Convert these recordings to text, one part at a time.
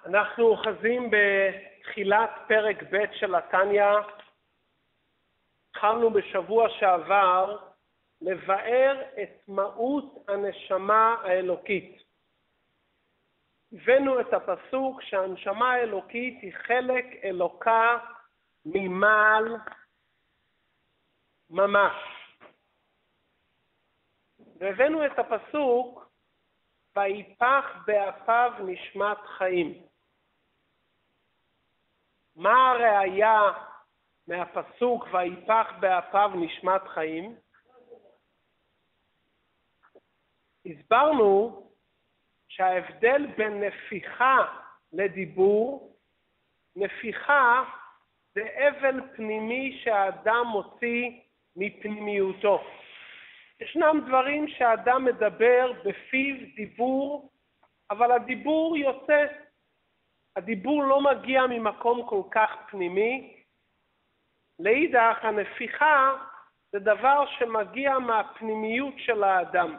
אנחנו אוחזים בתחילת פרק ב' של התניא. התחלנו בשבוע שעבר לבאר את מהות הנשמה האלוקית. הבאנו את הפסוק שהנשמה האלוקית היא חלק אלוקה ממעל ממש. והבאנו את הפסוק ויפח באפיו נשמת חיים. מה הראיה מהפסוק ויפח באפיו נשמת חיים? הסברנו שההבדל בין נפיחה לדיבור, נפיחה זה אבל פנימי שהאדם מוציא מפנימיותו. ישנם דברים שהאדם מדבר בפיו דיבור, אבל הדיבור יוצא. הדיבור לא מגיע ממקום כל כך פנימי. לאידך, הנפיחה זה דבר שמגיע מהפנימיות של האדם.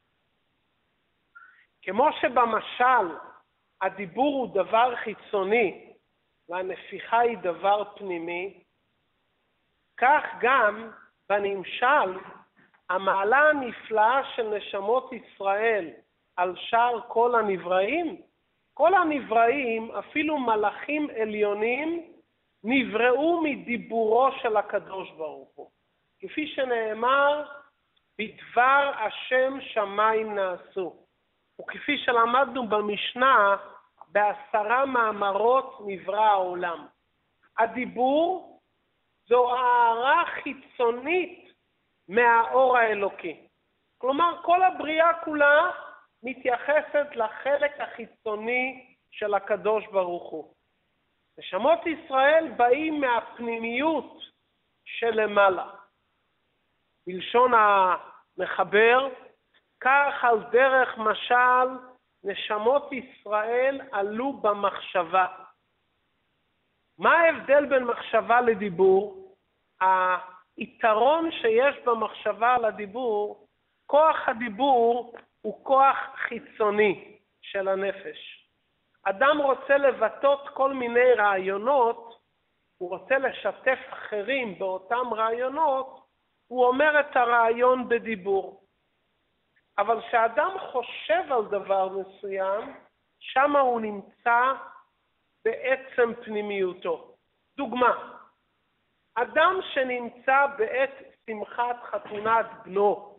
כמו שבמשל הדיבור הוא דבר חיצוני והנפיחה היא דבר פנימי, כך גם בנמשל המעלה הנפלאה של נשמות ישראל על שאר כל הנבראים, כל הנבראים, אפילו מלאכים עליונים, נבראו מדיבורו של הקדוש ברוך הוא. כפי שנאמר, בדבר השם שמיים נעשו. וכפי שלמדנו במשנה, ב10 מאמרות נברא העולם. הדיבור זו הערה חיצונית מהאור האלוקי. כלומר, כל הבריאה כולה מתייחסת לחלק החיצוני של הקדוש ברוך הוא. נשמות ישראל באים מהפנימיות שלמעלה. בלשון המחבר, כך על דרך משל נשמות ישראל עלו במחשבה. מה ההבדל בין מחשבה לדיבור? היתרון שיש במחשבה לדיבור, כוח הדיבור הוא כוח חיצוני של הנפש. אדם רוצה לבטאות כל מיני רעיונות, הוא רוצה לשתף אחרים באותם רעיונות, הוא אומר את הרעיון בדיבור. אבל כשאדם חושב על דבר מסוים, שם הוא נמצא בעצם פנימיותו. דוגמה, אדם שנמצא בעת שמחת חתונת בנו,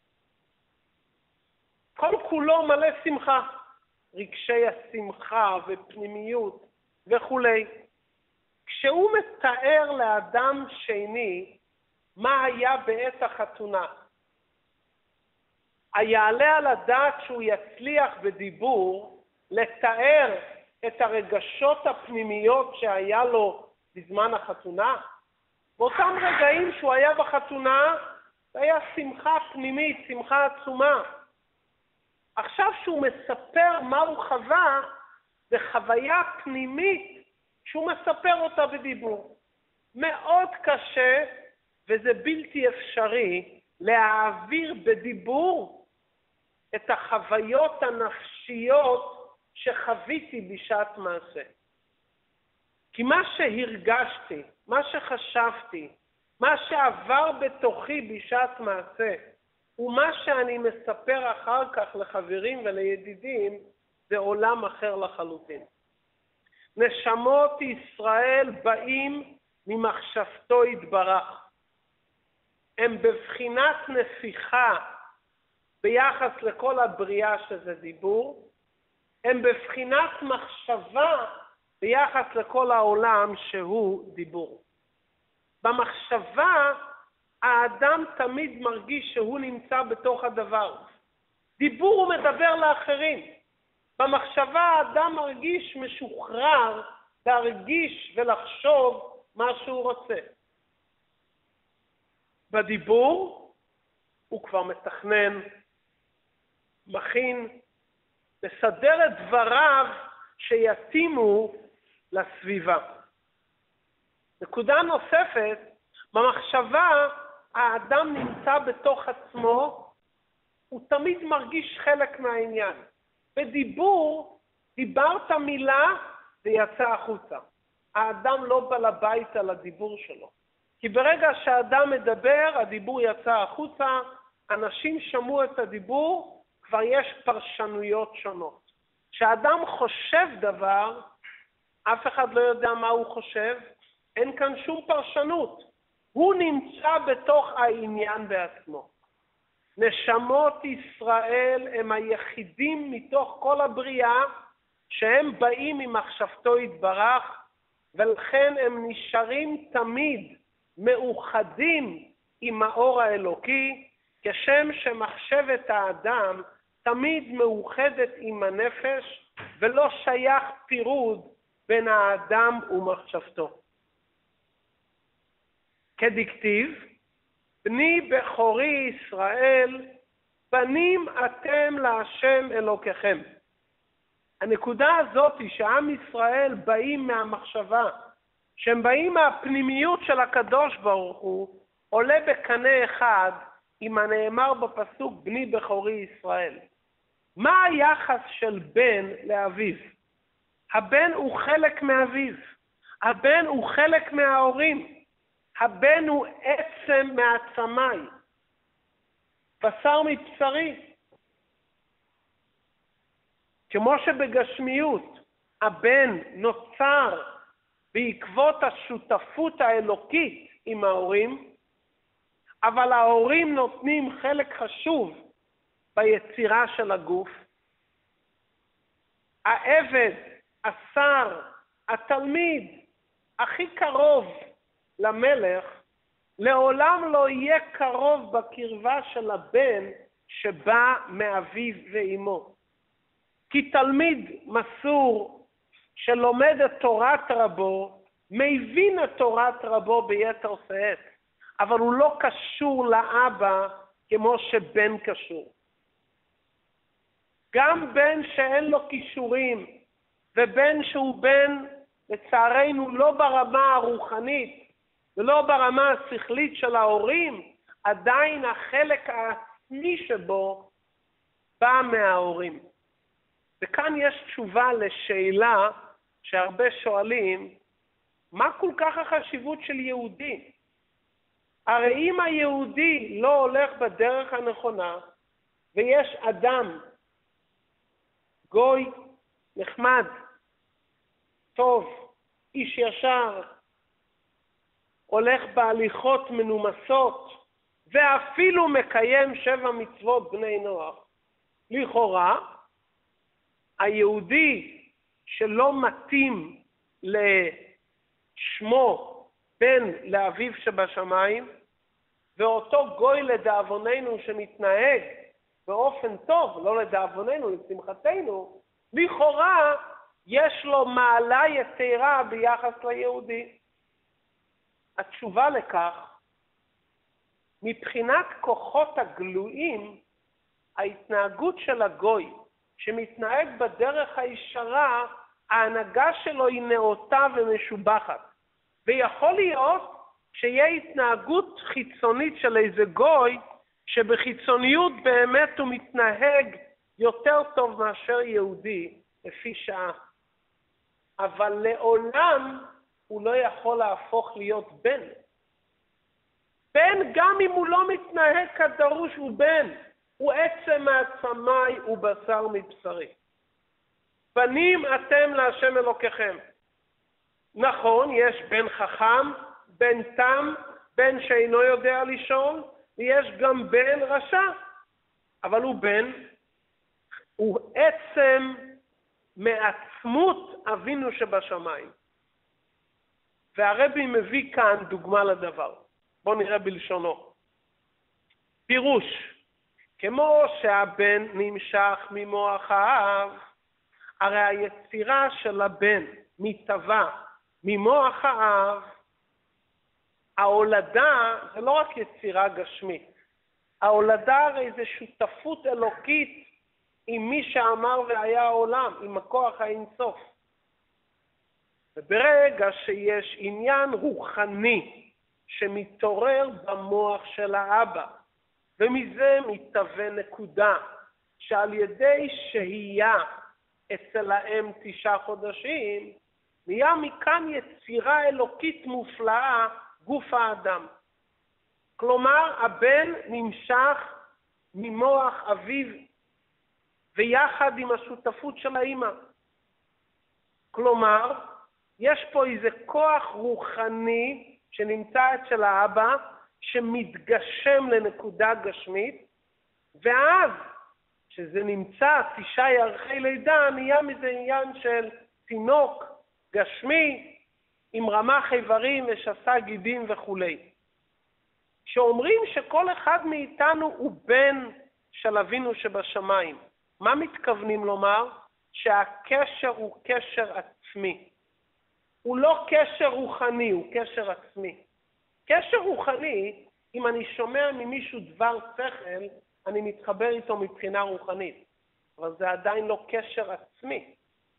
כל כולו מלא שמחה, רגשי השמחה ופנימיות וכו'. כשהוא מתאר לאדם שני מה היה בעת החתונה, היעלה על הדעת שהוא יצליח בדיבור לתאר את הרגשות הפנימיות שהיה לו בזמן החתונה? באותם רגעים שהוא היה בחתונה, זה היה שמחה פנימית, שמחה עצומה. עכשיו שהוא מספר מה הוא חווה, זה חוויה פנימית שהוא מספר אותה בדיבור. מאוד קשה, וזה בלתי אפשרי, להעביר בדיבור את החוויות הנפשיות שחוויתי בשעת מעשה. כי מה שהרגשתי, מה שחשבתי, מה שעבר בתוכי בשעת מעשה, ומה שאני מספר אחר כך לחברים ולידידים, זה עולם אחר לחלוטין. נשמות ישראל באים ממחשבתו יתברך. הם בבחינת נפיחה ביחס לכל הבריאה שזה דיבור, הם בבחינת מחשבה ביחס לכל העולם שהוא דיבור. במחשבה האדם תמיד מרגיש שהוא נמצא בתוך הדבר. דיבור הוא מדבר לאחרים. במחשבה האדם מרגיש משוחרר להרגיש ולחשוב מה שהוא רוצה. בדיבור הוא כבר מתכנן, מכין, מסדר את דבריו שיתאימו לסביבה. נקודה נוספת, במחשבה האדם נמצא בתוך עצמו, הוא תמיד מרגיש חלק מהעניין. בדיבור דיברת מילה זה יצא החוצה. האדם לא בא לבית על הדיבור שלו. כי ברגע שהאדם מדבר, הדיבור יצא החוצה, אנשים שמעו את הדיבור, כבר יש פרשנויות שונות. כשאדם חושב דבר, אף אחד לא יודע מה הוא חושב, אין כאן שום פרשנות. הוא נמצא בתוך העניין בעצמו. נשמות ישראל הם היחידים מתוך כל הבריאה, שהם באים ממחשבתו יתברך, ולכן הם נשארים תמיד מאוחדים עם האור האלוקי, כשם שמחשבת האדם תמיד מאוחדת עם הנפש, ולא שייך פירוד בין האדם ומחשבתו. כדכתיב, בני בכורי ישראל, בנים אתם להשם אלוקיכם. הנקודה הזאת היא שעם ישראל באים מהמחשבה, שהם באים מהפנימיות של הקדוש ברוך הוא, עולה בקנה אחד עם הנאמר בפסוק בני בכורי ישראל. מה היחס של בן לאביו? הבן הוא חלק מאביו, הבן הוא חלק מההורים, הבן הוא עצם מעצמי, בשר מבשרי. כמו שבגשמיות הבן נוצר בעקבות השותפות האלוקית עם ההורים, אבל ההורים נותנים חלק חשוב ביצירה של הגוף. העבד, השר, התלמיד הכי קרוב למלך, לעולם לא יהיה קרוב בקרבה של הבן שבא מאביו ואמו. כי תלמיד מסור שלומד את תורת רבו, מבין את תורת רבו ביתר שאת, אבל הוא לא קשור לאבא כמו שבן קשור. גם בן שאין לו קישורים, ובן שהוא בן, לצערנו, לא ברמה הרוחנית, ולא ברמה השכלית של ההורים, עדיין החלק העצמי שבו בא מההורים. וכאן יש תשובה לשאלה שהרבה שואלים, מה כל כך החשיבות של יהודי? הרי אם היהודי לא הולך בדרך הנכונה, ויש אדם, גוי, נחמד, טוב, איש ישר, הולך בהליכות מנומסות, ואפילו מקיים 7 מצוות בני נוח, לכאורה, היהודי שלא מתאים לשמו בן לאביו שבשמיים, ואותו גוי לדאבוננו שמתנהג באופן טוב, לא לדאבוננו, לשמחתנו, לכאורה יש לו מעלה יתרה ביחס ליהודי. התשובה לכך, מבחינת כוחות הגלויים, ההתנהגות של הגוי, שמתנהג בדרך הישרה, ההנהגה שלו היא נאותה ומשובחת. ויכול להיות שיהיה התנהגות חיצונית של איזה גוי, שבחיצוניות באמת הוא מתנהג יותר טוב מאשר יהודי, לפי שעה. אבל לעולם הוא לא יכול להפוך להיות בן. בן, גם אם הוא לא מתנהג כדרוש, הוא בן. הוא עצם מעצמי ובשר מבשרי. בנים אתם להשם אלוקיכם. נכון, יש בן חכם, בן תם, בן שאינו יודע לשאול, ויש גם בן רשע. אבל הוא בן, הוא עצם מעצמות אבינו שבשמיים. והרבי מביא כאן דוגמה לדבר. בואו נראה בלשונו. פירוש, כמו שהבן נמשך ממוח האב, הרי היצירה של הבן מתהווה ממוח האב, ההולדה זה לא רק יצירה גשמית. ההולדה הרי זה שותפות אלוקית עם מי שאמר והיה העולם, עם הכוח האינסוף. וברגע שיש עניין רוחני שמתעורר במוח של האבא, ומזה מתהווה נקודה שעל ידי שהייה אצל האם 9 חודשים, נהיה מכאן יצירה אלוקית מופלאה, גוף האדם. כלומר, הבן נמשך ממוח אביו, ויחד עם השותפות של האמא. כלומר, יש פה איזה כוח רוחני שנמצא אצל האבא, שמתגשם לנקודה גשמית, ואז, שזה נמצא 9 ירחי לידה, נהיה מזה עניין של תינוק גשמי, עם רמ"ח איברים ושס"ה גידים וכו'. שאומרים שכל אחד מאיתנו הוא בן של אבינו שבשמיים. מה מתכוונים לומר? שהקשר הוא קשר עצמי. הוא לא קשר רוחני, הוא קשר עצמי. קשר רוחני, אם אני שומע ממישהו דבר שכל, אני מתחבר איתו מבחינה רוחנית. אבל זה עדיין לא קשר עצמי.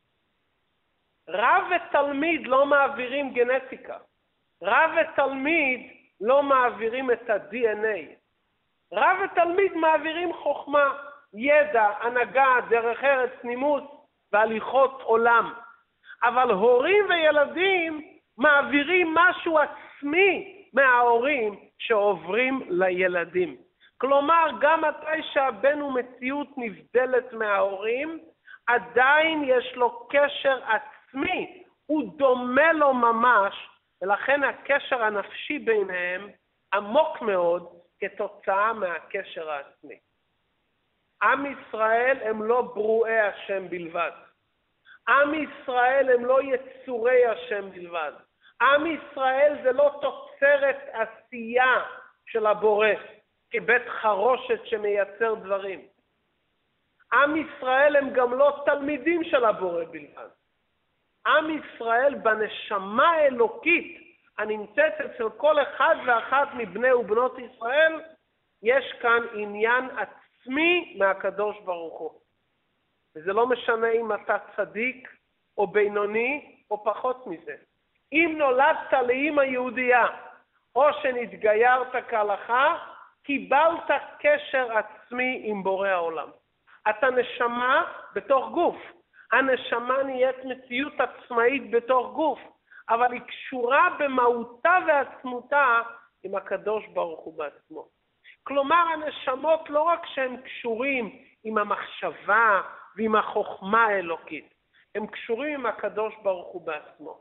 רב ותלמיד לא מעבירים גנטיקה. רב ותלמיד לא מעבירים את ה-DNA. רב ותלמיד מעבירים חוכמה, ידע, הנהגה, דרך ארץ, נימוס והליכות עולם. אבל הורים וילדים מעבירים משהו עצמי מההורים שעוברים לילדים. כלומר, גם מתי שהבן הוא מציאות נבדלת מההורים, עדיין יש לו קשר עצמי, הוא דומה לו ממש, ולכן הקשר הנפשי ביניהם עמוק מאוד כתוצאה מהקשר העצמי. עם ישראל הם לא ברואי השם בלבד. עם ישראל הם לא יצורי השם בלבד. עם ישראל זה לא תוצרת עשייה של הבורא, כבית חרושת שמייצר דברים. עם ישראל הם גם לא תלמידים של הבורא בלבד. עם ישראל בנשמה האלוקית הנמצאת אצל כל אחד ואחת מבני ובנות ישראל, יש כאן עניין עצמי מהקדוש ברוך הוא. וזה לא משנה אם אתה צדיק או בינוני או פחות מזה. אם נולדת לאמא יהודייה או שנתגיירת כהלכה, קיבלת קשר עצמי עם בורא העולם. אתה נשמה בתוך גוף. הנשמה נהיית מציאות עצמאית בתוך גוף, אבל היא קשורה במהותה ועצמותה עם הקדוש ברוך הוא בעצמו. כלומר, הנשמות לא רק שהם קשורים עם המחשבה ועם החוכמה האלוקית, הם קשורים עם הקדוש ברוך הוא בעצמו.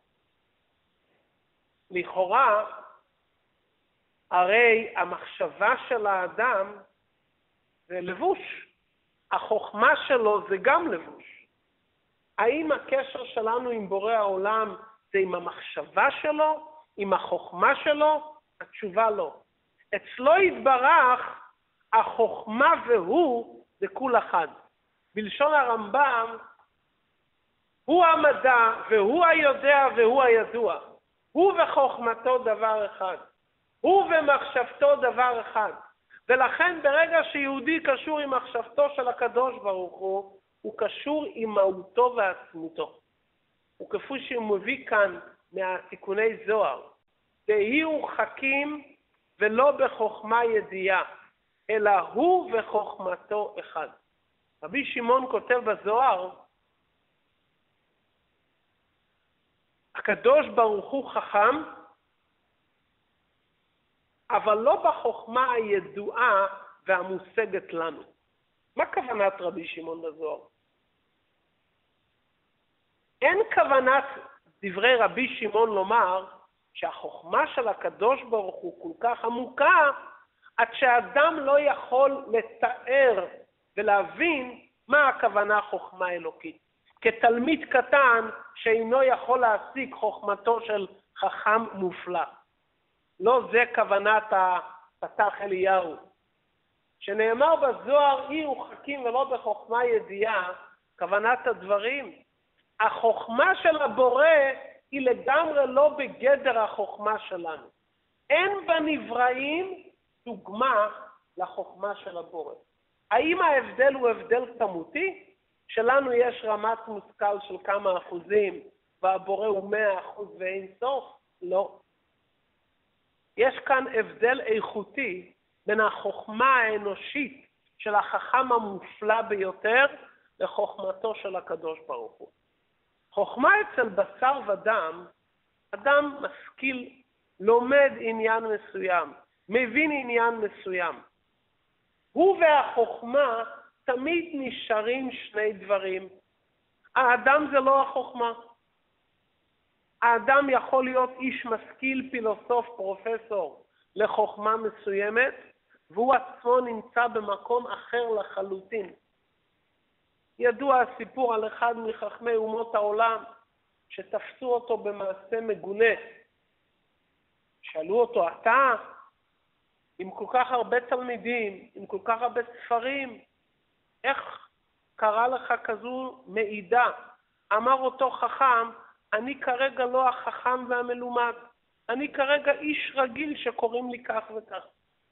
לכאורה, הרי המחשבה של האדם זה לבוש. החוכמה שלו זה גם לבוש. האם הקשר שלנו עם בורא העולם זה עם המחשבה שלו, עם החוכמה שלו? התשובה לא. אצלו יתברך, החוכמה והוא זה כול אחד. בלשון הרמב"ם, הוא המדע והוא היודע והוא הידוע. הוא וחוכמתו דבר אחד. הוא ומחשבתו דבר אחד. ולכן ברגע שיהודי קשור עם מחשבתו של הקדוש ברוך הוא קשור עם מהותו ועצמותו. וכפי שהוא מביא כאן מהתיקוני זוהר, תהיו חכים ולא בחוכמה ידיעה, אלא הוא וחוכמתו אחד. רבי שמעון כותב בזוהר, הקדוש ברוך הוא חכם, אבל לא בחוכמה הידועה והמושגת לנו. מה כוונת רבי שמעון בזוהר? אין כוונת דברי רבי שמעון לומר שהחוכמה של הקדוש ברוך הוא כל כך עמוקה, עד שאדם לא יכול לתאר ולהבין מה הכוונה חוכמה אלוקית. כתלמיד קטן שאינו יכול להשיג חוכמתו של חכם מופלא. לא זה כוונת הפתח אליהו. שנאמר בזוהר, אי הוא חכים ולא בחוכמה ידיעה, כוונת הדברים. החוכמה של הבורא היא לגמרי לא בגדר החוכמה שלנו. אין בנבראים דוגמה לחוכמה של הבורא. האם ההבדל הוא הבדל כמותי? שלנו יש רמת מושכל של כמה אחוזים, והבורא הוא 100% ואין סוף? לא. יש כאן הבדל איכותי בין החוכמה האנושית של החכם המופלא ביותר לחוכמתו של הקדוש ברוך הוא. חוכמה אצל בשר ודם, אדם משכיל, לומד עניין מסוים, מבין עניין מסוים. הוא והחוכמה תמיד נשארים שני דברים. האדם זה לא החוכמה. האדם יכול להיות איש משכיל, פילוסוף, פרופסור לחוכמה מסוימת, והוא עצמו נמצא במקום אחר לחלוטין. ידוע הסיפור על אחד מחכמי אומות העולם, שתפסו אותו במעשה מגונה. שאלו אותו, אתה, עם כל כך הרבה תלמידים, עם כל כך הרבה ספרים, איך קרה לך כזו מעידה? אמר אותו חכם, אני כרגע לא החכם והמלומד, אני כרגע איש רגיל שקוראים לי כך וכך.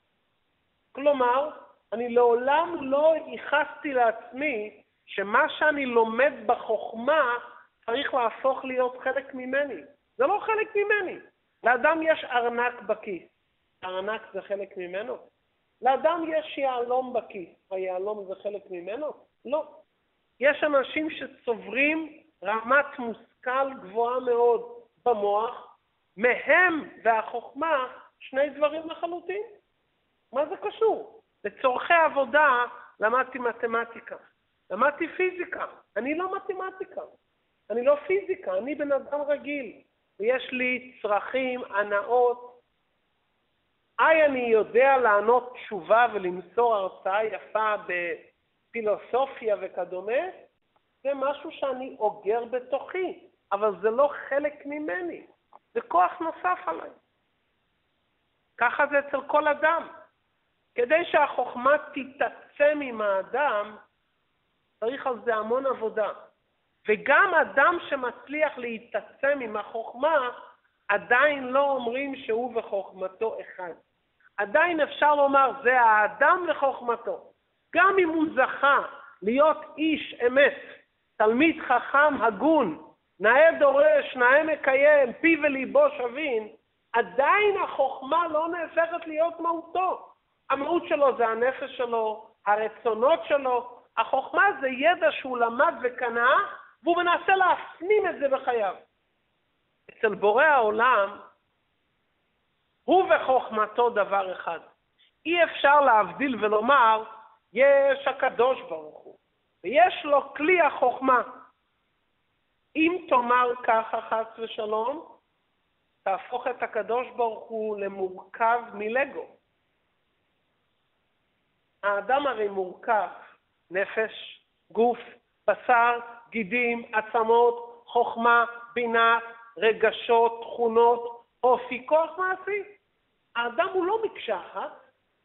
כלומר, אני לעולם לא ייחסתי לעצמי שמה שאני לומד בחוכמה צריך להפוך להיות חלק ממני. זה לא חלק ממני. לאדם יש ארנק בכיס. ארנק זה חלק ממנו? לאדם יש יעלום בכיס. היעלום זה חלק ממנו? לא. יש אנשים שצוברים רמת מושכל גבוהה מאוד במוח, מהם והחוכמה שני דברים לחלוטין. מה זה קשור? לצורכי עבודה למדתי מתמטיקה, למדתי פיזיקה. אני לא מתמטיקה, אני לא פיזיקה, אני בן אדם רגיל, ויש לי צרכים, הנאות. אני יודע לענות תשובה ולמסור הרצאה יפה בפילוסופיה וכדומה, זה משהו שאני אוגר בתוכי, אבל זה לא חלק ממני, זה כוח נוסף עליי. ככה זה אצל כל אדם. כדי שהחוכמה תתעצם עם האדם, צריך על זה המון עבודה. וגם אדם שמצליח להתעצם עם החוכמה, עדיין לא אומרים שהוא וחוכמתו אחד. עדיין אפשר לומר, זה האדם וחוכמתו. גם אם הוא זכה להיות איש אמת, תלמיד חכם הגון, נאה דורש, נאה מקיים, פי וליבו שווין, עדיין החוכמה לא נהפכת להיות מהותו. המהות שלו זה הנפש שלו, הרצונות שלו. החוכמה זה ידע שהוא למד וקנה, והוא מנסה להפנים את זה בחייו. אצל בורא העולם, הוא וחוכמתו דבר אחד. אי אפשר להבדיל ולומר, יש הקדוש ברוך הוא, ויש לו כלי החוכמה. אם תאמר ככה חס ושלום, תהפוך את הקדוש ברוך הוא למורכב מלגו. האדם הרי מורכב, נפש, גוף, בשר, גידים, עצמות, חוכמה, בינה, רגשות, תכונות, אופי, כוח מעשי. האדם הוא לא מקשה אחת.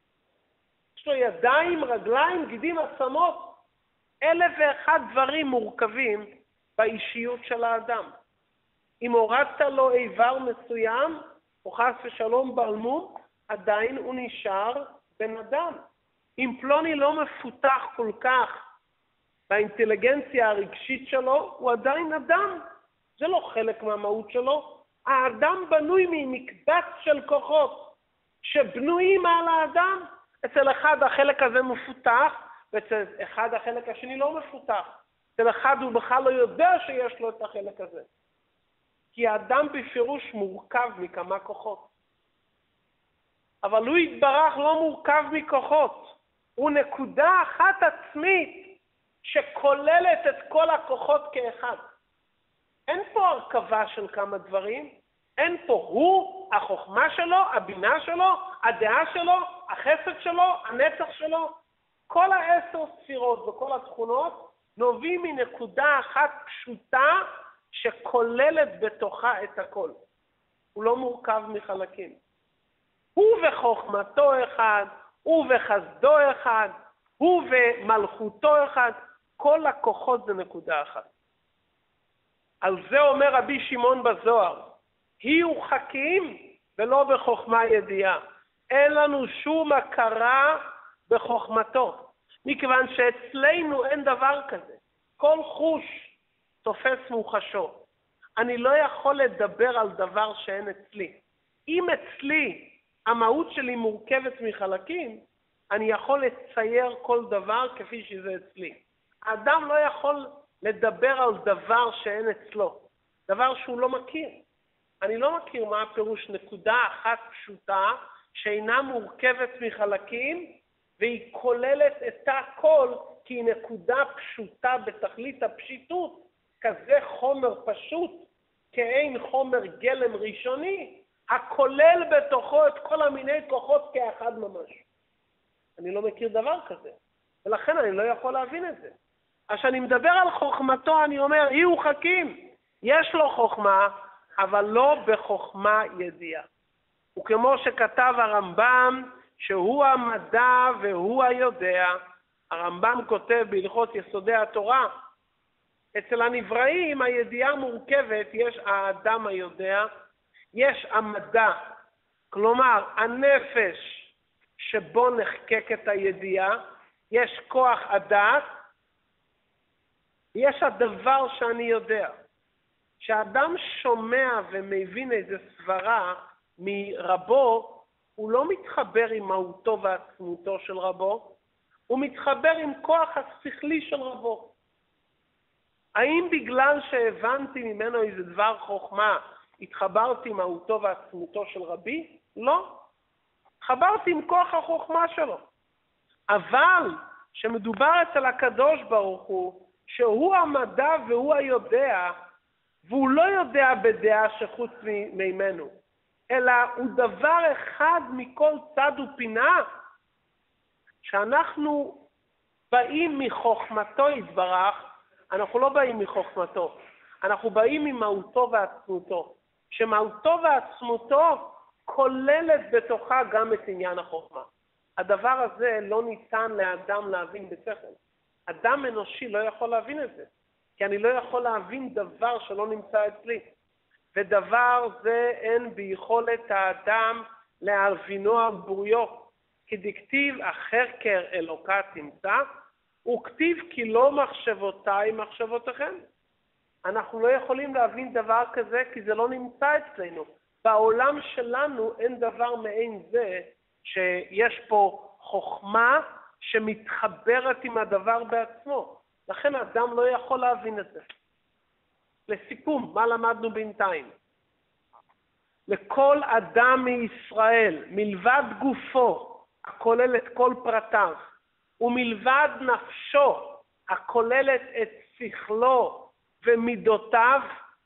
יש לו ידיים, רגליים, גידים, עצמות. 1,001 דברים מורכבים באישיות של האדם. אם הורדת לו איבר מסוים, או חס ושלום בלמו, עדיין הוא נשאר בן אדם. אם פלוני לא מפותח כל כך באינטליגנציה הרגשית שלו, הוא עדיין אדם. זה לא חלק מהמהות שלו. האדם בנוי ממקבץ של כוחות שבנויים על האדם. אצל אחד החלק הזה מפותח, ואצל אחד החלק השני לא מפותח. אצל אחד הוא בכלל לא יודע שיש לו את החלק הזה. כי האדם בפירוש מורכב מכמה כוחות. אבל הוא יתברך לא מורכב מכוחות. הוא נקודה אחת עצמית שכוללת את כל הכוחות כאחד. אין פה הרכבה של כמה דברים, אין פה הוא, החוכמה שלו, הבינה שלו, הדעה שלו, החסד שלו, הנצח שלו. כל 10 ספירות וכל התכונות נובעים מנקודה אחת פשוטה שכוללת בתוכה את הכל. הוא לא מורכב מחלקים. הוא וחוכמתו אחד, הוא וחסדו אחד, הוא ומלכותו אחד, כל הכוחות זה נקודה אחת. על זה אומר רבי שמעון בזוהר, היו חכים ולא בחוכמה ידיעה. אין לנו שום הכרה בחוכמתו, מכיוון שאצלנו אין דבר כזה. כל חוש תופס מוחשו. אני לא יכול לדבר על דבר שאין אצלי. אם אצלי המהות שלי מורכבת מחלקים, אני יכול לצייר כל דבר כפי שזה אצלי. האדם לא יכול לדבר על דבר שאין אצלו, דבר שהוא לא מכיר. אני לא מכיר מה הפירוש נקודה אחת פשוטה, שאינה מורכבת מחלקים, והיא כוללת את הכל, כי היא נקודה פשוטה בתכלית הפשיטות, כזה חומר פשוט, כאין חומר גלם ראשוני, הכולל בתוכו את כל המיני כוחות כאחד ממש. אני לא מכיר דבר כזה, ולכן אני לא יכול להבין את זה. אז כשאני מדבר על חוכמתו, אני אומר, יהיו חכים, יש לו חוכמה, אבל לא בחוכמה ידיעה. וכמו שכתב הרמב"ם, שהוא המדע והוא היודע, הרמב"ם כותב בהלכות יסודי התורה, אצל הנבראים הידיעה מורכבת, יש האדם היודע, יש המדע, כלומר הנפש שבו נחקקת הידיעה, יש כוח הדעת, יש הדבר שאני יודע. כשאדם שומע ומבין איזו סברה מרבו, הוא לא מתחבר עם מהותו ועצמותו של רבו, הוא מתחבר עם כוח השכלי של רבו. האם בגלל שהבנתי ממנו איזה דבר חוכמה, התחברתי עם מהותו ועצמותו של רבי? לא. התחברתי עם כוח החוכמה שלו. אבל שמדובר אצל הקדוש ברוך הוא, שהוא המדע והוא היודע, והוא לא יודע בדעה שחוץ ממנו, אלא הוא דבר אחד מכל צד ופינה, שאנחנו באים מחוכמתו יתברך, אנחנו לא באים מחוכמתו, אנחנו באים ממהותו ועצמותו, שמהותו ועצמותו כוללת בתוכה גם את עניין החוכמה. הדבר הזה לא ניתן לאדם להבין בשכל. אדם אנושי לא יכול להבין את זה, כי אני לא יכול להבין דבר שלא נמצא אצלי. ודבר זה אין ביכולת האדם להבינו על בוריו, כי דכתיב החקר אלוקה תמצא, וכתיב כי לא מחשבותיי מחשבותיכם. אנחנו לא יכולים להבין דבר כזה כי זה לא נמצא אצלנו. בעולם שלנו אין דבר מעין זה שיש פה חוכמה שמתחברת עם הדבר בעצמו. לכן האדם לא יכול להבין את זה. לסיכום, מה למדנו בינתיים? לכל אדם מישראל, מלבד גופו, הכולל את כל פרטיו, ומלבד נפשו, הכוללת את שכלו ומידותיו,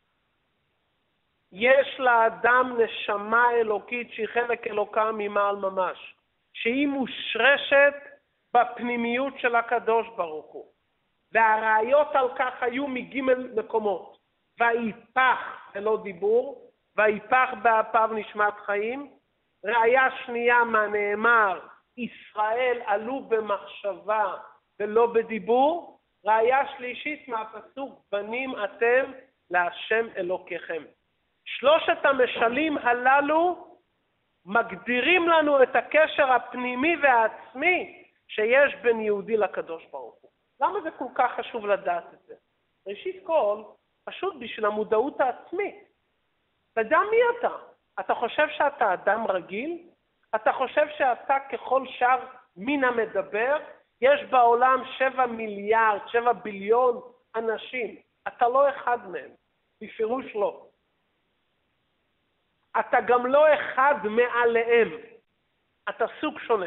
יש לאדם נשמה אלוקית שהיא חלק אלוקה ממעל ממש, שהיא מושרשת בפנימיות של הקדוש ברוך הוא. והראיות על כך היו מגימל מקומות. והיפח ולא דיבור, והיפח באפיו נשמת חיים. ראיה שנייה מה נאמר, ישראל עלו במחשבה ולא בדיבור. ראיה שלישית מהפסוק, בנים אתם להשם אלוקיכם. שלושת המשלים הללו מגדירים לנו את הקשר הפנימי והעצמי שיש בין יהודי לקדוש ברוך הוא. למה זה כל כך חשוב לדעת את זה? ראשית כל, פשוט בשביל המודעות העצמית. תדע מי אתה? אתה חושב שאתה אדם רגיל? אתה חושב שאתה ככל שאר מן המדבר? יש בעולם 7 מיליארד, 7 ביליון אנשים. אתה לא אחד מהם. בפירוש לא. אתה גם לא אחד מעליהם. אתה סוג שונה.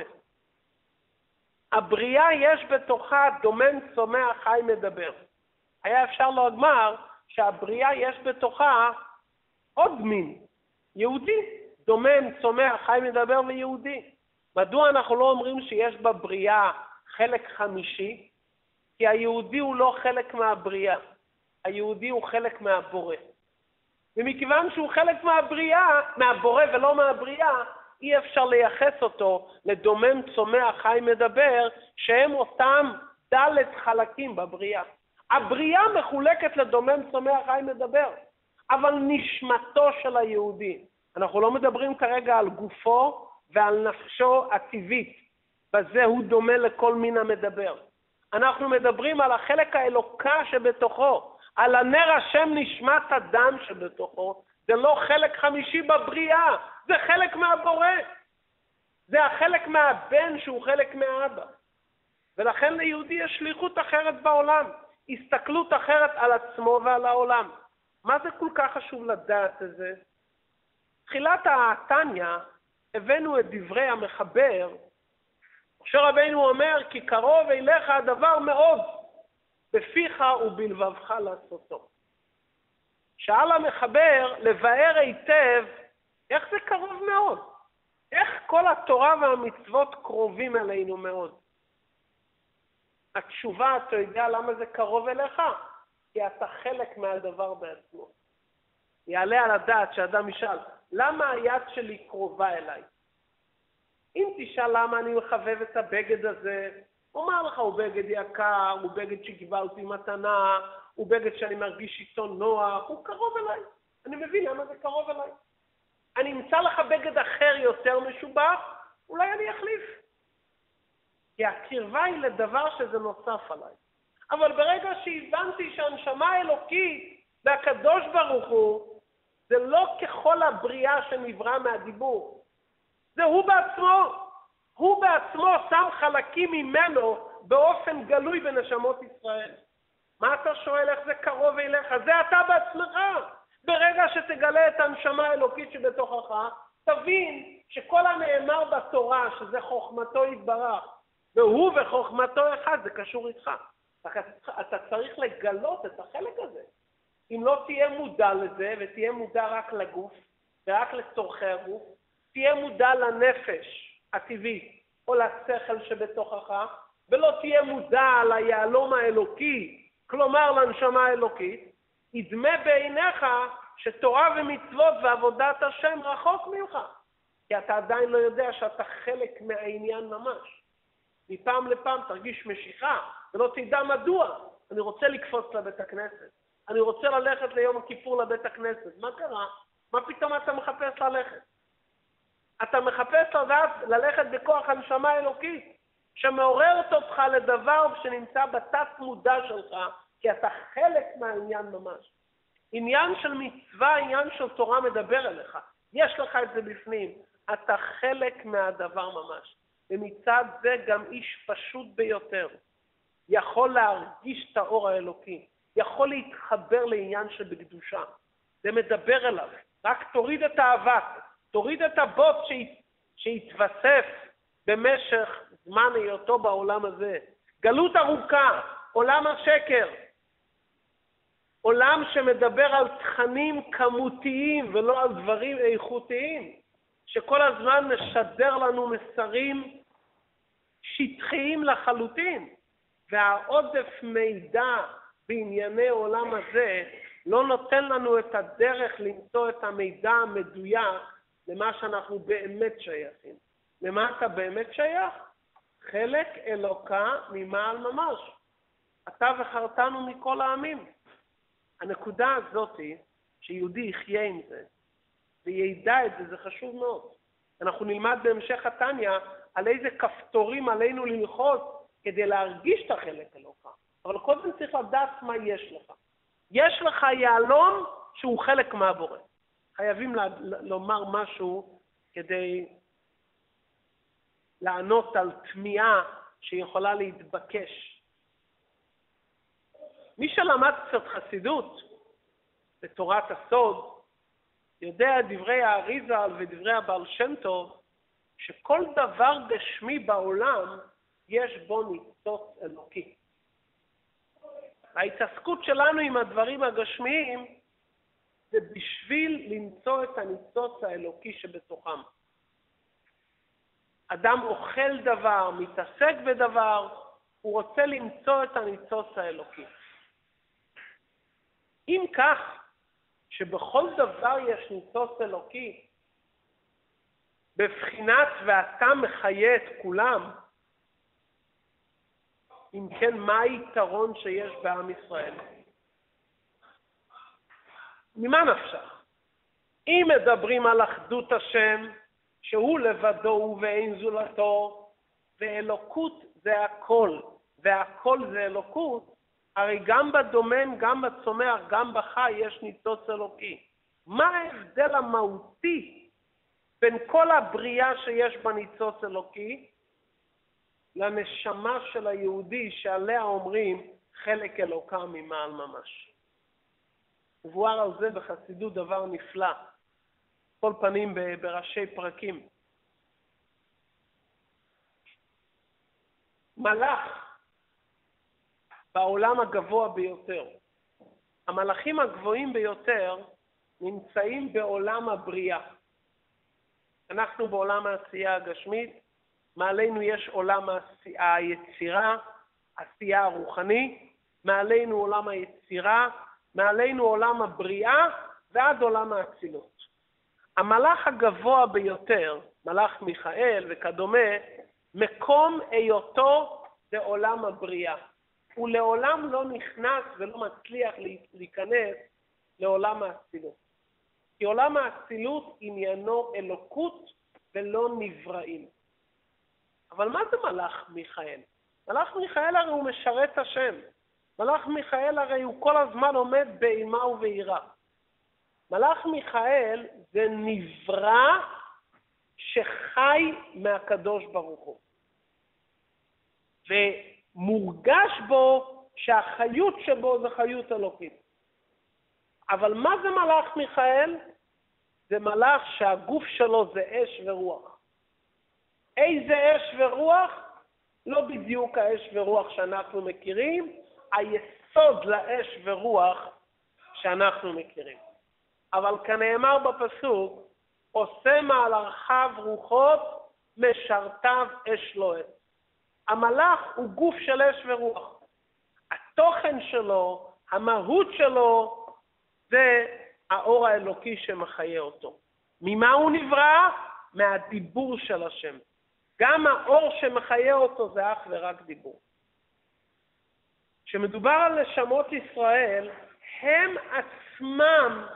הבריאה יש בתוכה דומם, צומח, חי, מדבר. היה אפשר לומר שהבריאה יש בתוכה עוד מין, יהודי, דומם, צומח, חי, מדבר ויהודי. מדוע אנחנו לא אומרים שיש בבריאה חלק חמישי? כי היהודי הוא לא חלק מהבריאה, היהודי הוא חלק מהבורא. ומכיוון שהוא חלק מהבורא ולא מהבריאה, אי אפשר לייחס אותו לדומם, צומח, חי, מדבר, שהם אותם ד' חלקים בבריאה. הבריאה מחולקת לדומם, צומח, חי, מדבר, אבל נשמתו של היהודי. אנחנו לא מדברים כרגע על גופו ועל נפשו הטבעית, בזה הוא דומה לכל מין המדבר. אנחנו מדברים על החלק האלוקה שבתוכו, על הנר השם נשמת הדם שבתוכו. זה לא חלק חמישי בבריאה, זה חלק מהבורא. זה החלק מהבן שהוא חלק מהאבא. ולכן ליהודי יש שליחות אחרת בעולם. הסתכלות אחרת על עצמו ועל העולם. מה זה כל כך חשוב לדעת את זה? תחילת התניא הבאנו את דברי המחבר, משה רבינו אומר, כי קרוב אליך הדבר מאוד, בפיך ובלבבך לעשותו. שאל המחבר לבאר היטב, איך זה קרוב מאוד? איך כל התורה והמצוות קרובים אלינו מאוד? התשובה, אתה יודע למה זה קרוב אליך? כי אתה חלק מהדבר בעצמו. יעלה על הדעת שאדם ישאל, למה היד שלי קרובה אליי? אם תשאל למה אני מחבב את הבגד הזה, אומר לך, הוא בגד יקר, הוא בגד שקיבלתי מתנה, הוא בגד שאני מרגיש איתו נוח, הוא קרוב אליי. אני מבין למה זה קרוב אליי. אני אמצא לך בגד אחר יותר משובח, אולי אני אחליף. כי הקרבה היא לדבר שזה נוסף עליי. אבל ברגע שהבנתי שהנשמה האלוקית והקדוש ברוך זה לא ככל הבריאה שנברא מהדיבור. זה הוא בעצמו. הוא בעצמו שם חלקים ממנו באופן גלוי בנשמות ישראל. מה אתה שואל איך זה קרוב אליך? זה אתה בעצמך. ברגע שתגלה את הנשמה האלוקית שבתוכך, תבין שכל הנאמר בתורה, שזה חוכמתו יתברך, והוא וחוכמתו אחד, זה קשור איתך. אתה צריך לגלות את החלק הזה. אם לא תהיה מודע לזה, ותהיה מודע רק לגוף, ורק לצורכי הגוף, תהיה מודע לנפש הטבעית, או לשכל שבתוכך, ולא תהיה מודע ליהלום האלוקי, כלומר לנשמה האלוקית, ידמה בעיניך שתורה ומצוות ועבודת השם רחוק ממך. כי אתה עדיין לא יודע שאתה חלק מהעניין ממש. מפעם לפעם תרגיש משיכה, ולא תדע מדוע. אני רוצה לקפוץ לבית הכנסת. אני רוצה ללכת ליום הכיפור לבית הכנסת. מה קרה? מה פתאום אתה מחפש ללכת? אתה מחפש ללכת בכוח הנשמה האלוקית, שמעוררת אותך לדבר שנמצא בתת מודע שלך, כי אתה חלק מהעניין ממש. עניין של מצווה, עניין של תורה מדבר אליך. יש לך את זה בפנים. אתה חלק מהדבר ממש. ומצד זה גם איש פשוט ביותר יכול להרגיש את האור האלוקי, יכול להתחבר לעניין שבקדושה. זה מדבר אליו. רק תוריד את האבק, תוריד את הבוט שהתווסף במשך זמן היותו בעולם הזה. גלות ארוכה, עולם השקר. עולם שמדבר על תכנים כמותיים ולא על דברים איכותיים, שכל הזמן משדר לנו מסרים שטחיים לחלוטין, והעודף מידע בענייני עולם הזה לא נותן לנו את הדרך למצוא את המידע המדויק למה שאנחנו באמת שייכים. למה אתה באמת שייך? חלק אלוקה ממעל ממש. אתה וחרתנו מכל העמים. הנקודה הזאת היא שיהודי יחיה עם זה, וידע את זה, זה חשוב מאוד. אנחנו נלמד בהמשך התניא על איזה כפתורים עלינו ללחוץ כדי להרגיש את החלק אלוקה. אבל קודם צריך לדעת מה יש לך. יש לך יהלום שהוא חלק מהבורא. חייבים לומר משהו כדי לענות על תמיהה שיכולה להתבקש. מי שלמד קצת חסידות בתורת הסוד, יודע דברי האריז"ל ודברי הבעל שם טוב, שכל דבר גשמי בעולם יש בו ניצוץ אלוקי. ההתעסקות שלנו עם הדברים הגשמיים זה בשביל למצוא את הניצוץ האלוקי שבתוכם. אדם אוכל דבר, מתעסק בדבר, הוא רוצה למצוא את הניצוץ האלוקי. אם כך, שבכל דבר יש ניצוץ אלוקי, בבחינת ואתה מחיה את כולם, אם כן, מה היתרון שיש בעם ישראל? ממה נפשך? אם מדברים על אחדות השם, שהוא לבדו ובאין זולתו, ואלוקות זה הכל, והכל זה אלוקות, הרי גם בדומם, גם בצומח, גם בחי יש ניצוץ אלוקי. מה ההבדל המהותי בין כל הבריאה שיש בה ניצוץ אלוקי, לנשמה של היהודי שעליה אומרים חלק אלוקה ממעל ממש. מבואר על זה בחסידות דבר נפלא, כל פנים בראשי פרקים. מלאך בעולם הגבוה ביותר, המלאכים הגבוהים ביותר נמצאים בעולם הבריאה. אנחנו בעולם העשייה הגשמית, מעלינו יש עולם היצירה, עשייה הרוחני, מעלינו עולם היצירה, מעלינו עולם הבריאה ועד עולם האצילות. המלאך הגבוה ביותר, מלאך מיכאל וכדומה, מקום היותו בעולם הבריאה. הוא לעולם לא נכנס ולא מצליח להיכנס לעולם האצילות. כי עולם האצילות עניינו אלוקות ולא נבראים. אבל מה זה מלאך מיכאל? מלאך מיכאל הרי הוא משרת השם. מלאך מיכאל הרי הוא כל הזמן עומד באימה וביראה. מלאך מיכאל זה נברא שחי מהקדוש ברוך הוא. ומורגש בו שהחיות שבו זה חיות אלוקית. אבל מה זה מלאך מיכאל? זה מלאך שהגוף שלו זה אש ורוח. איזה אש ורוח? לא בדיוק האש ורוח שאנחנו מכירים, היסוד לאש ורוח שאנחנו מכירים. אבל כנאמר בפסוק, עושה מהלכיו רוחות, משרתיו אש לוהט. המלאך הוא גוף של אש ורוח. התוכן שלו, המהות שלו, זה האור האלוקי שמחיה אותו. ממה הוא נברא? מהדיבור של השם. גם האור שמחיה אותו זה אך ורק דיבור. כשמדובר על נשמות ישראל, הם עצמם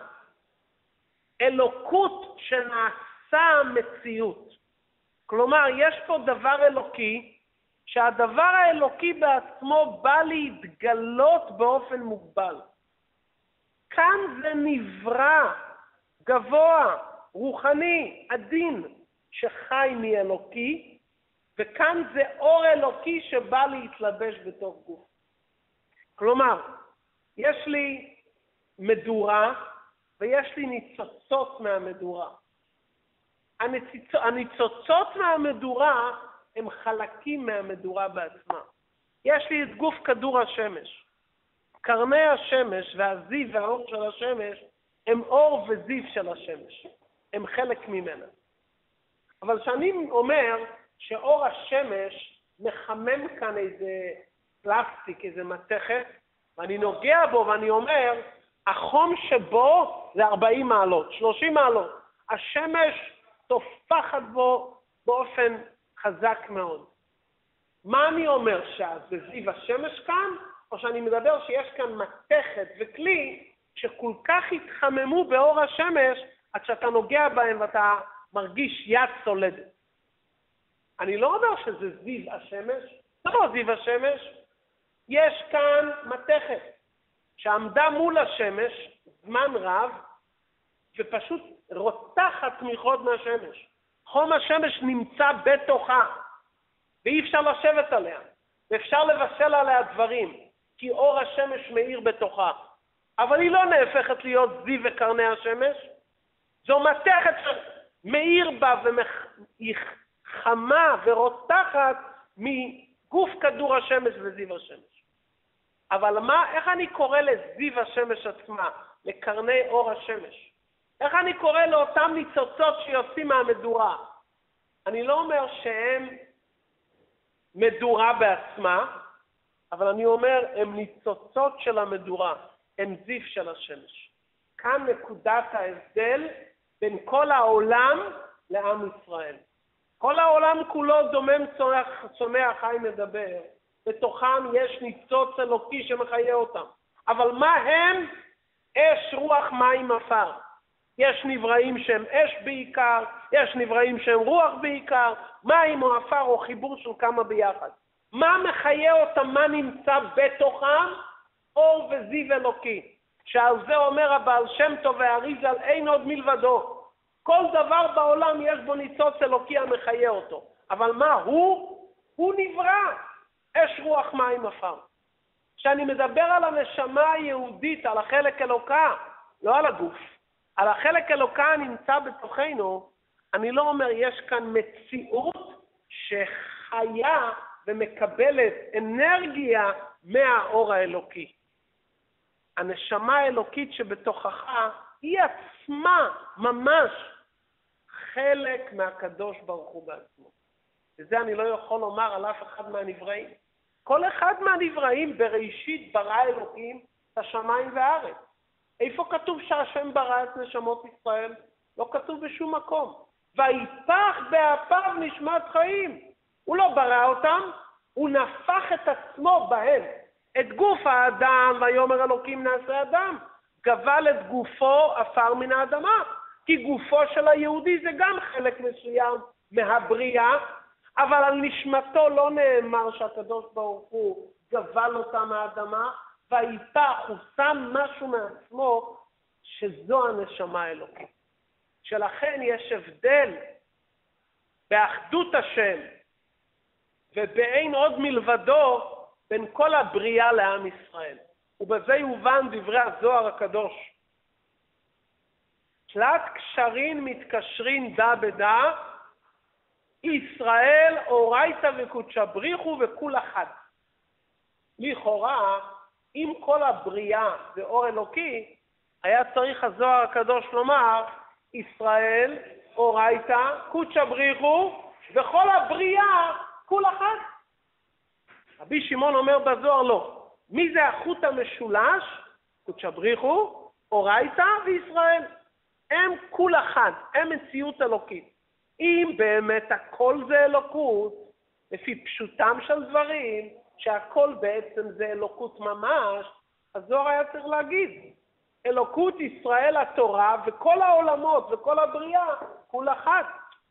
אלוקות שנעשה מציאות. כלומר, יש פה דבר אלוקי, שהדבר האלוקי בעצמו בא להתגלות באופן מוגבל. כאן זה נברא, גבוה, רוחני, עדין, שחי מאלוקי, וכאן זה אור אלוקי שבא להתלבש בתוך גוף. כלומר, יש לי מדורה ויש לי ניצוצות מהמדורה. הניצוצות מהמדורה הם חלקים מהמדורה בעצמה. יש לי את גוף כדור השמש. קרני השמש והזיו והאור של השמש הם אור וזיו של השמש. הם חלק ממנה. אבל כשאני אומר שאור השמש מחמם כאן איזה פלסטיק, איזה מתכת, ואני נוגע בו ואני אומר, החום שבו זה 40 מעלות, 30 מעלות. השמש תופחת בו באופן חזק מאוד. מה אני אומר? שזה זיו השמש כאן? או שאני מדבר שיש כאן מתכת וכלי שכל כך התחממו באור השמש, עד שאתה נוגע בהם ואתה מרגיש יד סולדת. אני לא אומר שזה זיו השמש, זה לא זיו השמש. יש כאן מתכת שעמדה מול השמש זמן רב, ופשוט רותחת מחוד מהשמש. חום השמש נמצא בתוכה, ואי אפשר לשבת עליה, ואפשר לבשל עליה דברים, כי אור השמש מאיר בתוכה. אבל היא לא נהפכת להיות זיו וקרני השמש, זו מתכת שמאיר בה והיא חמה ורותחת מגוף כדור השמש וזיו השמש. אבל איך אני קורא לזיו השמש עצמה, לקרני אור השמש? איך אני קורא לאותם ניצוצות שיוצאים מהמדורה? אני לא אומר שהם מדורה בעצמה, אבל אני אומר, הם ניצוצות של המדורה, הם זיו של השמש. כאן נקודת ההבדל בין כל העולם לעם ישראל. כל העולם כולו דומם צומח חי מדבר, בתוכם יש ניצוץ אלוקי שמחיה אותם. אבל מה הם? אש, רוח, מים, עפר. יש נבראים שהם אש בעיקר, יש נבראים שהם רוח בעיקר, מים או עפר או חיבור של כמה ביחד. מה מחיה אותם? מה נמצא בתוכם? אור וזיו אלוקי. שעל זה אומר הבעל שם טוב והאריז"ל, אין עוד מלבדו. כל דבר בעולם יש בו ניצוץ אלוקי המחיה אותו. אבל מה הוא? הוא נברא. אש, רוח, מים, עפר. כשאני מדבר על הנשמה היהודית, על החלק אלוקה, לא על הגוף, על החלק אלוקה נמצא בתוכנו, אני לא אומר יש כאן מציאות שחיה ומקבלת אנרגיה מהאור האלוקי. הנשמה האלוקית שבתוכך היא עצמה ממש חלק מהקדוש ברוך הוא בעצמו. וזה אני לא יכול לומר על אף אחד מהנבראים. כל אחד מהנבראים בראשית ברא אלוקים את השמיים והארץ. איפה כתוב שהשם ברא את נשמות ישראל? לא כתוב בשום מקום. ויפח באפיו נשמת חיים. הוא לא ברא אותם, הוא נפח את עצמו בהם. את גוף האדם, ויאמר אלוקים נעשה אדם. גבל את גופו עפר מן האדמה. כי גופו של היהודי זה גם חלק מסוים מהבריאה, אבל על נשמתו לא נאמר שהקדוש ברוך הוא גבל אותה מהאדמה, ויפח, הוא שם משהו מעצמו, שזו הנשמה האלוקית. שלכן יש הבדל באחדות השם, ובאין עוד מלבדו, בין כל הבריאה לעם ישראל. ובזה יובן דברי הזוהר הקדוש. תלת קשרין מתקשרין דה בדה, ישראל אורייתא וקודשא בריחו וכול אחד. לכאורה, אם כל הבריאה זה אור אלוקי, היה צריך הזוהר הקדוש לומר, ישראל אורייתא קודשא בריחו וכל הבריאה כול אחד. רבי שמעון אומר בזוהר לא. מי זה החוט המשולש? קודשא בריחו, אורייתא וישראל. הם כול אחד, הם מציאות אלוקית. אם באמת הכל זה אלוקות, לפי פשוטם של דברים, שהכל בעצם זה אלוקות ממש, הזוהר היה צריך להגיד, אלוקות ישראל התורה וכל העולמות וכל הבריאה, כול אחד.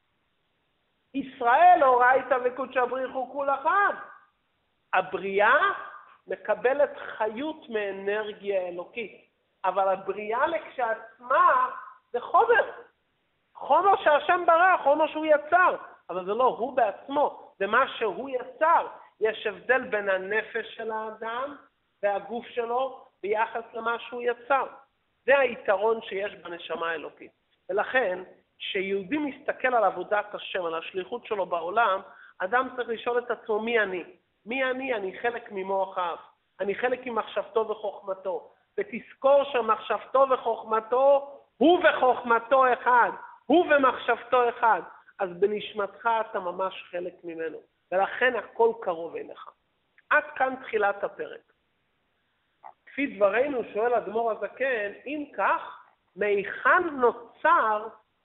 ישראל אורייתא וקודשא בריחו כול אחד. הבריאה מקבלת חיות מאנרגיה אלוקית, אבל הבריאה לכשעצמה זה חומר. חומר שהשם ברא, חומר שהוא יצר, אבל זה לא הוא בעצמו, זה מה שהוא יצר. יש הבדל בין הנפש של האדם והגוף שלו ביחס למה שהוא יצר. זה היתרון שיש בנשמה האלוקית. ולכן, כשיהודי מסתכל על עבודת השם, על השליחות שלו בעולם, אדם צריך לשאול את עצמו מי אני. מי אני? אני חלק ממוח האב. אני חלק ממחשבתו וחוכמתו. ותזכור שמחשבתו וחוכמתו הוא וחוכמתו אחד. הוא ומחשבתו אחד. אז בנשמתך אתה ממש חלק ממנו. ולכן הכל קרוב אליך. עד כאן תחילת הפרק. כפי דברינו שואל אדמו"ר הזקן, אם כך, מהיכן נוצר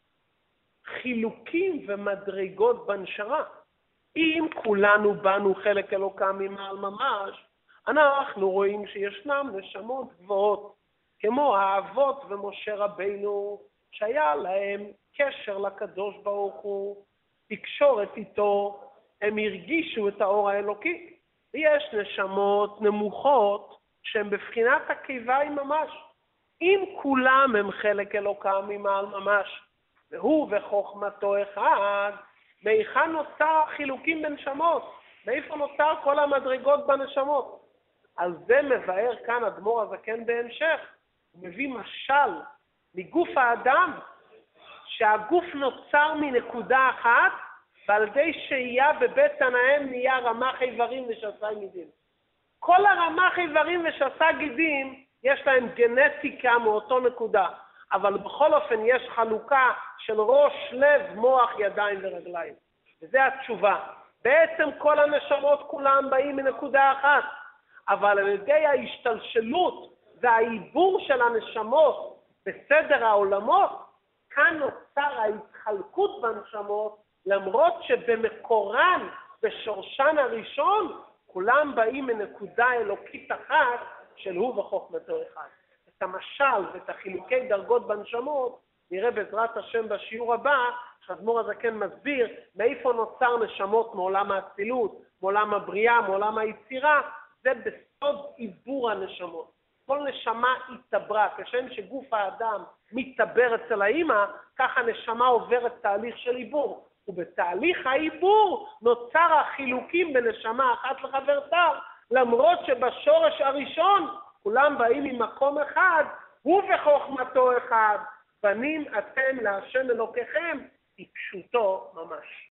חילוקים ומדרגות בנשמה? אם כולנו באנו חלק אלוקה ממעל ממש, אנחנו רואים שישנם נשמות גבוהות, כמו האבות ומשה רבינו, שהיה להם קשר לקדוש ברוך הוא, תקשורת איתו, הם הרגישו את האור האלוקי. ויש נשמות נמוכות שהן בבחינת הקיבה ממש. אם כולם הם חלק אלוקה ממעל ממש, והוא וחוכמתו אחד, מהיכן נוצר החילוקים בנשמות? מאיפה נוצר כל המדרגות בנשמות? על זה מבאר כאן אדמו"ר הזקן בהמשך. הוא מביא משל מגוף האדם, שהגוף נוצר מנקודה אחת, ועל ידי שהייה בבית תנאם נהיה רמ"ח איברים ושס"ה גידים. כל הרמ"ח איברים ושס"ה גידים יש להם גנטיקה מאותו נקודה, אבל בכל אופן יש חלוקה של ראש, לב, מוח, ידיים ורגליים. וזה התשובה. בעצם כל הנשמות כולם באים מנקודה אחת, אבל על ידי ההשתלשלות והעיבור של הנשמות בסדר העולמות, כאן נוצר ההתחלקות בנשמות, למרות שבמקורן, בשורשן הראשון, כולם באים מנקודה אלוקית אחת של הוא וחוכמתו אחד. את המשל ואת החילוקי דרגות בנשמות נראה בעזרת השם בשיעור הבא, שאדמו"ר הזקן מסביר מאיפה נוצר נשמות מעולם האצילות, מעולם הבריאה, מעולם היצירה. זה בסוד עיבור הנשמות. כל נשמה התעברה, כשם שגוף האדם מתעבר אצל האמא, ככה נשמה עוברת תהליך של עיבור. ובתהליך העיבור נוצר החילוקים בנשמה אחת לחברתה, למרות שבשורש הראשון כולם באים ממקום אחד, ובחוכמתו אחד, בנים אתם להשם אלוקיכם, היא פשוטו ממש.